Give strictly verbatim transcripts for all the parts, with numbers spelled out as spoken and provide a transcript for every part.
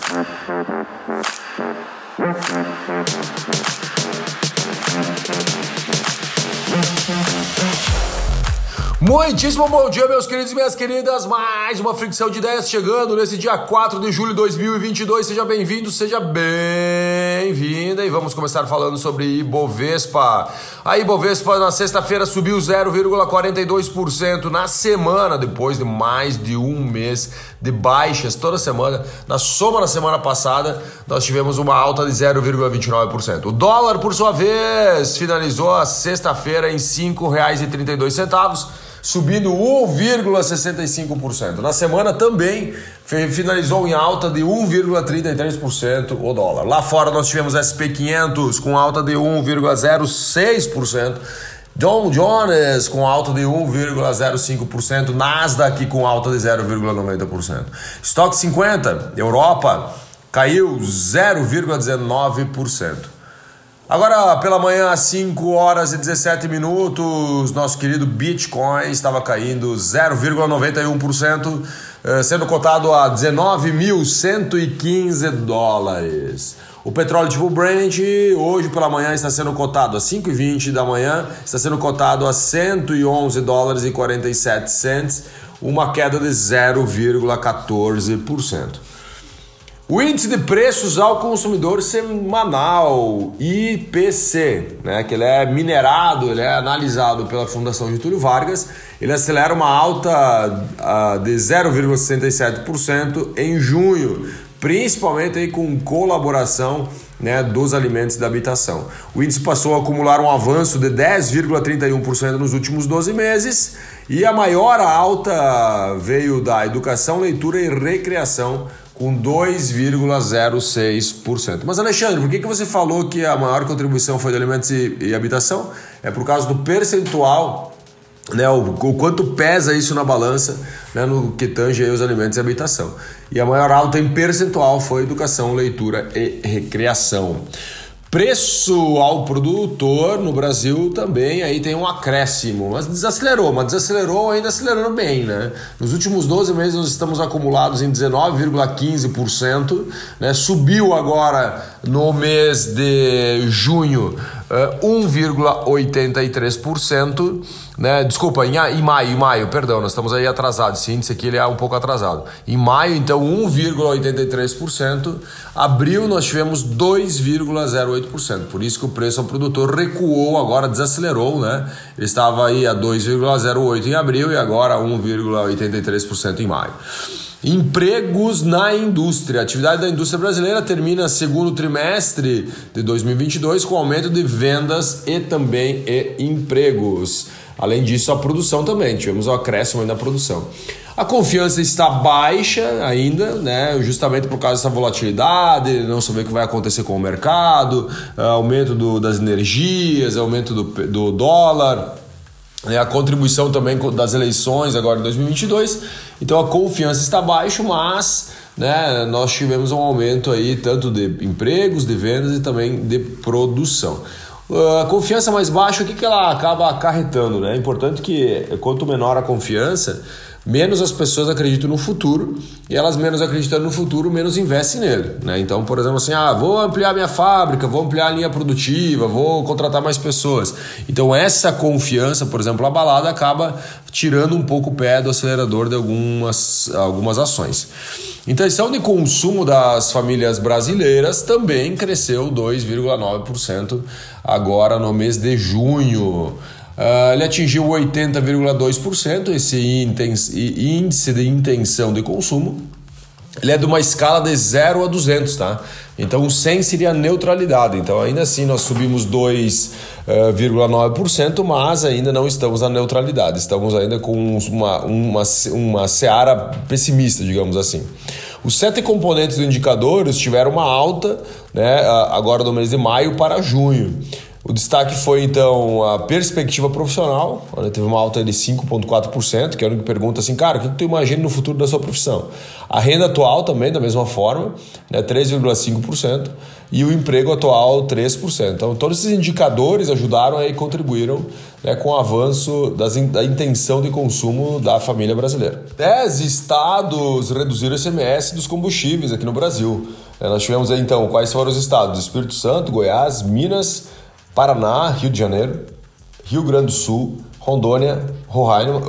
Muitíssimo bom dia, meus queridos e minhas queridas. Mais uma fricção de ideias chegando nesse dia quatro de julho de dois mil e vinte e dois. Seja bem-vindo, seja bem-vinda. E vamos começar falando sobre Ibovespa. A Ibovespa na sexta-feira subiu zero vírgula quarenta e dois por cento na semana, depois de mais de um mês de baixas toda semana. Na soma na semana passada, nós tivemos uma alta de zero vírgula vinte e nove por cento. O dólar, por sua vez, finalizou a sexta-feira em cinco reais e trinta e dois centavos. Subindo um vírgula sessenta e cinco por cento. Na semana também finalizou em alta de um vírgula trinta e três por cento o dólar. Lá fora nós tivemos S and P quinhentos com alta de um vírgula zero seis por cento. Dow Jones com alta de um vírgula zero cinco por cento. Nasdaq com alta de zero vírgula noventa por cento. Stock cinquenta, Europa, caiu zero vírgula dezenove por cento. Agora, pela manhã, às cinco horas e dezessete minutos, nosso querido Bitcoin estava caindo zero vírgula noventa e um por cento, sendo cotado a dezenove mil cento e quinze dólares. O petróleo tipo Brent, hoje pela manhã, está sendo cotado às cinco e vinte da manhã, está sendo cotado a cento e onze dólares e quarenta e sete centavos, uma queda de zero vírgula quatorze por cento. O índice de preços ao consumidor semanal, I P C, né, que ele é minerado, ele é analisado pela Fundação Getúlio Vargas, ele acelera uma alta uh, de zero vírgula sessenta e sete por cento em junho, principalmente aí com colaboração, né, dos alimentos da habitação. O índice passou a acumular um avanço de dez vírgula trinta e um por cento nos últimos doze meses e a maior alta veio da educação, leitura e recreação, com dois vírgula zero seis por cento. Mas, Alexandre, por que, que você falou que a maior contribuição foi de alimentos e, e habitação? É por causa do percentual, né, o, o quanto pesa isso na balança, né, no que tange aí os alimentos e habitação. E a maior alta em percentual foi educação, leitura e recreação. Preço ao produtor no Brasil também aí tem um acréscimo, mas desacelerou, mas desacelerou ainda acelerando bem, né? Nos últimos doze meses nós estamos acumulados em dezenove vírgula quinze por cento, né? Subiu agora no mês de junho uh, um vírgula oitenta e três por cento, né? Desculpa, em, em maio, em maio, perdão, nós estamos aí atrasados, esse índice aqui ele é um pouco atrasado. Em maio, então, um vírgula oitenta e três por cento, abril nós tivemos dois vírgula zero oito por cento, por isso que o preço ao produtor recuou, agora desacelerou, né? Ele estava aí a dois vírgula zero oito por cento em abril e agora um vírgula oitenta e três por cento em maio. Empregos na indústria. A atividade da indústria brasileira termina segundo trimestre de dois mil e vinte e dois com aumento de vendas e também e empregos. Além disso, a produção também, tivemos um acréscimo aí na produção. A confiança está baixa ainda, né? Justamente por causa dessa volatilidade, não saber o que vai acontecer com o mercado, aumento do, das energias, aumento do, do dólar, a contribuição também das eleições agora em dois mil e vinte e dois. Então a confiança está baixa, mas, né, nós tivemos um aumento aí tanto de empregos, de vendas e também de produção. A confiança mais baixa, o que, que ela acaba acarretando, né? É importante que quanto menor a confiança, menos as pessoas acreditam no futuro, e elas menos acreditando no futuro, menos investem nele, né? Então, por exemplo, assim, ah, vou ampliar minha fábrica, vou ampliar a linha produtiva, vou contratar mais pessoas. Então, essa confiança, por exemplo, abalada, acaba tirando um pouco o pé do acelerador de algumas, algumas ações. Intenção de consumo das famílias brasileiras também cresceu dois vírgula nove por cento agora no mês de junho. Uh, ele atingiu oitenta vírgula dois por cento, esse índice de intenção de consumo. Ele é de uma escala de zero a duzentos, tá? Então o cem seria neutralidade. Então ainda assim nós subimos dois vírgula nove por cento, mas ainda não estamos na neutralidade. Estamos ainda com uma, uma, uma seara pessimista, digamos assim. Os sete componentes do indicador tiveram uma alta, né, agora no mês de maio para junho. O destaque foi, então, a perspectiva profissional, onde teve uma alta de cinco vírgula quatro por cento, que é a única pergunta assim, cara, o que tu imagina no futuro da sua profissão? A renda atual também, da mesma forma, né, três vírgula cinco por cento, e o emprego atual, três por cento. Então, todos esses indicadores ajudaram e contribuíram, né, com o avanço das, da intenção de consumo da família brasileira. Dez estados reduziram o I C M S dos combustíveis aqui no Brasil. É, nós tivemos aí, então, quais foram os estados? Espírito Santo, Goiás, Minas, Paraná, Rio de Janeiro, Rio Grande do Sul, Rondônia, Roraima,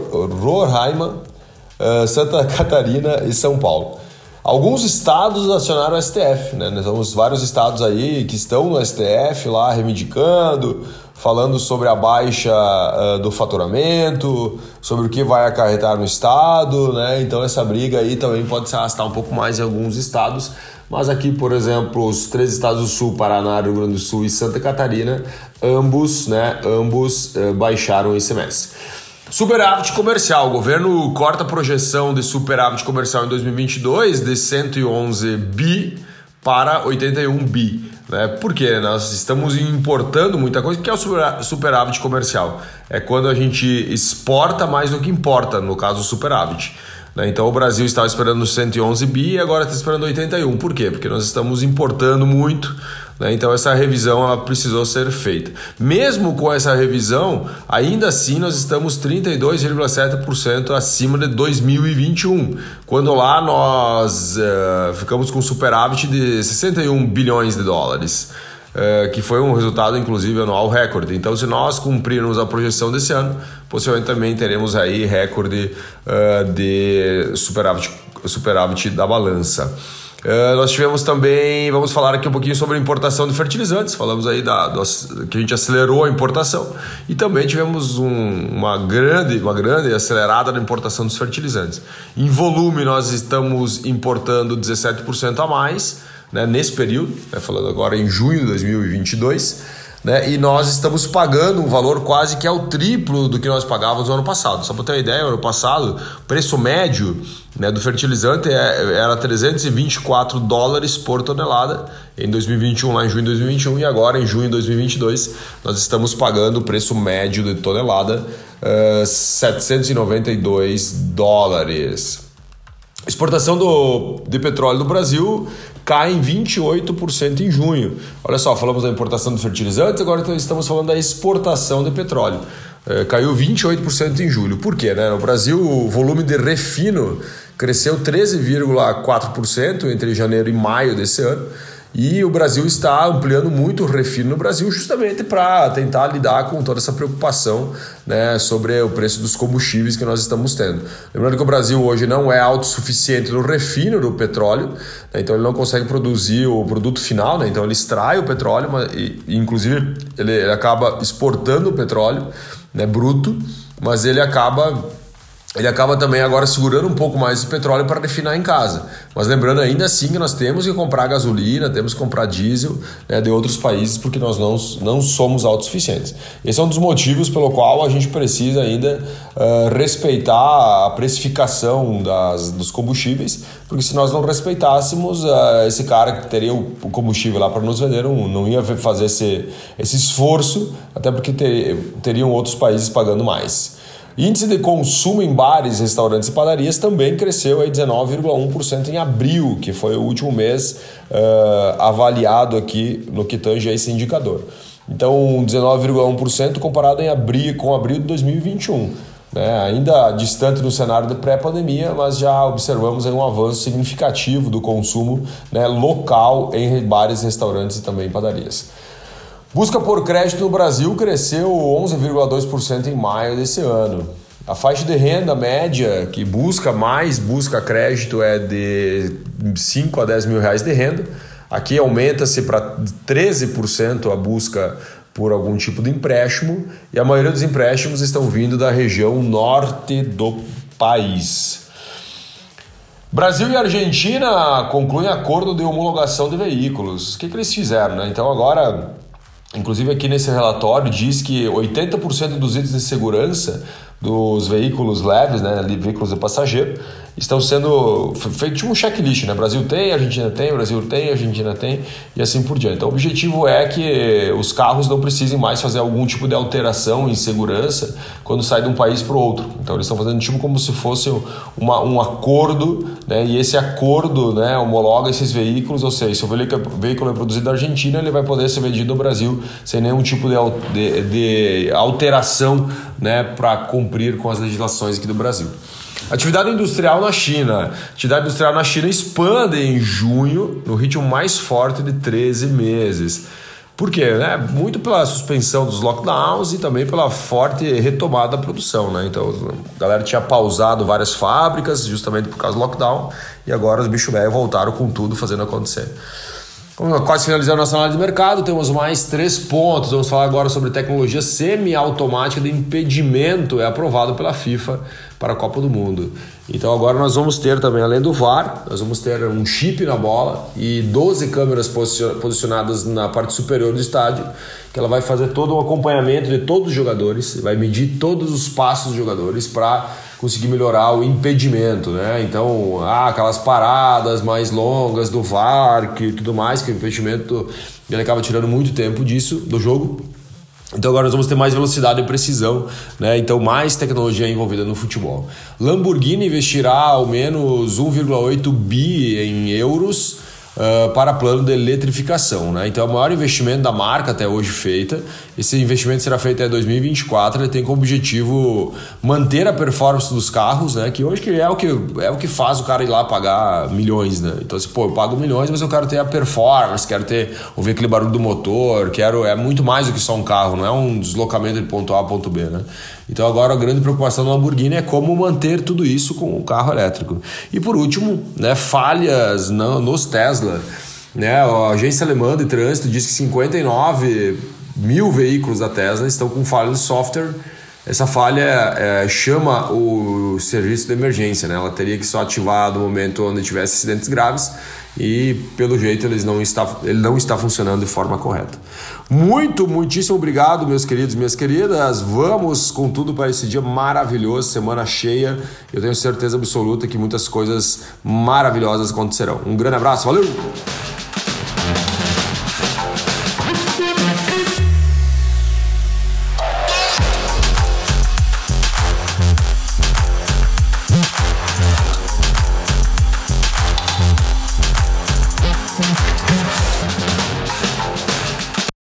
Roraima, uh, Santa Catarina e São Paulo. Alguns estados acionaram o S T F, né? Nós temos vários estados aí que estão no S T F lá reivindicando, falando sobre a baixa uh, do faturamento, sobre o que vai acarretar no estado, né? Então essa briga aí também pode se arrastar um pouco mais em alguns estados. Mas aqui, por exemplo, os três estados do Sul, Paraná, Rio Grande do Sul e Santa Catarina, ambos, né, ambos eh, baixaram o I C M S. Superávit comercial. O governo corta a projeção de superávit comercial em dois mil e vinte e dois de cento e onze bi para oitenta e um bi. Né? Por quê? Nós estamos importando muita coisa. O que é o superávit comercial? É quando a gente exporta mais do que importa, no caso o superávit. Então o Brasil estava esperando cento e onze bi e agora está esperando oitenta e um. Por quê? Porque nós estamos importando muito, né? Então essa revisão ela precisou ser feita. Mesmo com essa revisão, ainda assim nós estamos trinta e dois vírgula sete por cento acima de dois mil e vinte e um, quando lá nós uh, ficamos com superávit de sessenta e um bilhões de dólares. Uh, que foi um resultado, inclusive, anual recorde. Então, se nós cumprirmos a projeção desse ano, possivelmente também teremos aí recorde uh, de superávit, superávit da balança. Uh, nós tivemos também, vamos falar aqui um pouquinho sobre a importação de fertilizantes, falamos aí da, do, que a gente acelerou a importação e também tivemos um, uma, grande, uma grande acelerada na importação dos fertilizantes. Em volume, nós estamos importando dezessete por cento a mais, né, nesse período, né, falando agora em junho de dois mil e vinte e dois, né, e nós estamos pagando um valor quase que é o triplo do que nós pagávamos no ano passado. Só para ter uma ideia, no ano passado, o preço médio, né, do fertilizante era trezentos e vinte e quatro dólares por tonelada em dois mil e vinte e um, lá em junho de dois mil e vinte e um, e agora em junho de dois mil e vinte e dois nós estamos pagando o preço médio de tonelada uh, setecentos e noventa e dois dólares. Exportação do, de petróleo do Brasil cai em vinte e oito por cento em junho. Olha só, falamos da importação de fertilizantes, agora estamos falando da exportação de petróleo. É, caiu vinte e oito por cento em julho. Por quê? Né? No Brasil, o volume de refino cresceu treze vírgula quatro por cento entre janeiro e maio desse ano. E o Brasil está ampliando muito o refino no Brasil justamente para tentar lidar com toda essa preocupação, né, sobre o preço dos combustíveis que nós estamos tendo. Lembrando que o Brasil hoje não é autossuficiente no refino do petróleo, né, então ele não consegue produzir o produto final, né, então ele extrai o petróleo, mas, e, e inclusive ele, ele acaba exportando o petróleo, né, bruto, mas ele acaba... Ele acaba também agora segurando um pouco mais esse petróleo para refinar em casa. Mas lembrando ainda assim que nós temos que comprar gasolina, temos que comprar diesel, né, de outros países, porque nós não, não somos autossuficientes. Esse é um dos motivos pelo qual a gente precisa ainda uh, respeitar a precificação das, dos combustíveis, porque se nós não respeitássemos, uh, esse cara que teria o combustível lá para nos vender não, não ia fazer esse, esse esforço, até porque ter, teriam outros países pagando mais. Índice de consumo em bares, restaurantes e padarias também cresceu aí dezenove vírgula um por cento em abril, que foi o último mês uh, avaliado aqui no que tange a esse indicador. Então, dezenove vírgula um por cento comparado em abril, com abril de dois mil e vinte e um. Né? Ainda distante do cenário de pré-pandemia, mas já observamos aí um avanço significativo do consumo, né, local em bares, restaurantes e também padarias. Busca por crédito no Brasil cresceu onze vírgula dois por cento em maio desse ano. A faixa de renda média que busca mais, busca crédito é de cinco a dez mil reais de renda. Aqui aumenta-se para treze por cento a busca por algum tipo de empréstimo e a maioria dos empréstimos estão vindo da região norte do país. Brasil e Argentina concluem acordo de homologação de veículos. O que, que eles fizeram, né? Então agora... Inclusive aqui nesse relatório diz que oitenta por cento dos itens de segurança dos veículos leves, né, veículos de passageiro, estão sendo feito tipo um checklist, né? Brasil tem, Argentina tem, Brasil tem, Argentina tem e assim por diante. Então o objetivo é que os carros não precisem mais fazer algum tipo de alteração em segurança quando sai de um país para o outro. Então eles estão fazendo tipo como se fosse uma, um acordo, né? E esse acordo, né, homologa esses veículos, ou seja, se o veículo é produzido na Argentina, ele vai poder ser vendido no Brasil sem nenhum tipo de, de, de alteração, né, para cumprir com as legislações aqui do Brasil. Atividade industrial na China. Atividade industrial na China expande em junho no ritmo mais forte de treze meses. Por quê? Né? Muito pela suspensão dos lockdowns e também pela forte retomada da produção. Né? Então a galera tinha pausado várias fábricas justamente por causa do lockdown e agora os bichos velhos voltaram com tudo fazendo acontecer. Quase finalizando a nossa análise de mercado, temos mais três pontos. Vamos falar agora sobre tecnologia semiautomática de impedimento, é aprovado pela FIFA para a Copa do Mundo. Então agora nós vamos ter também, além do V A R, nós vamos ter um chip na bola e doze câmeras posicionadas na parte superior do estádio, que ela vai fazer todo um acompanhamento de todos os jogadores, vai medir todos os passos dos jogadores para conseguir melhorar o impedimento, né? Então, ah, aquelas paradas mais longas do V A R e tudo mais, que o impedimento ele acaba tirando muito tempo disso, do jogo. Então agora nós vamos ter mais velocidade e precisão, né? Então mais tecnologia envolvida no futebol. Lamborghini investirá ao menos um vírgula oito bi em euros Uh, para plano de eletrificação, né? Então é o maior investimento da marca até hoje feita. Esse investimento será feito até dois mil e vinte e quatro. Ele tem como objetivo manter a performance dos carros, né? Que hoje que é o que é o que faz o cara ir lá pagar milhões, né? Então assim, pô, eu pago milhões, mas eu quero ter a performance, quero ter ouvir aquele barulho do motor, quero é muito mais do que só um carro, não é um deslocamento de ponto A a ponto B, né? Então agora a grande preocupação da Lamborghini é como manter tudo isso com o carro elétrico. E por último, né, falhas no, nos Tesla. Né, a agência alemã de trânsito diz que cinquenta e nove mil veículos da Tesla estão com falha de software. Essa falha é, chama o serviço de emergência, né? Ela teria que só ativar no momento onde tivesse acidentes graves e pelo jeito eles não está, ele não está funcionando de forma correta. Muito, muitíssimo obrigado, meus queridos e minhas queridas. Vamos com tudo para esse dia maravilhoso, semana cheia. Eu tenho certeza absoluta que muitas coisas maravilhosas acontecerão. Um grande abraço, valeu!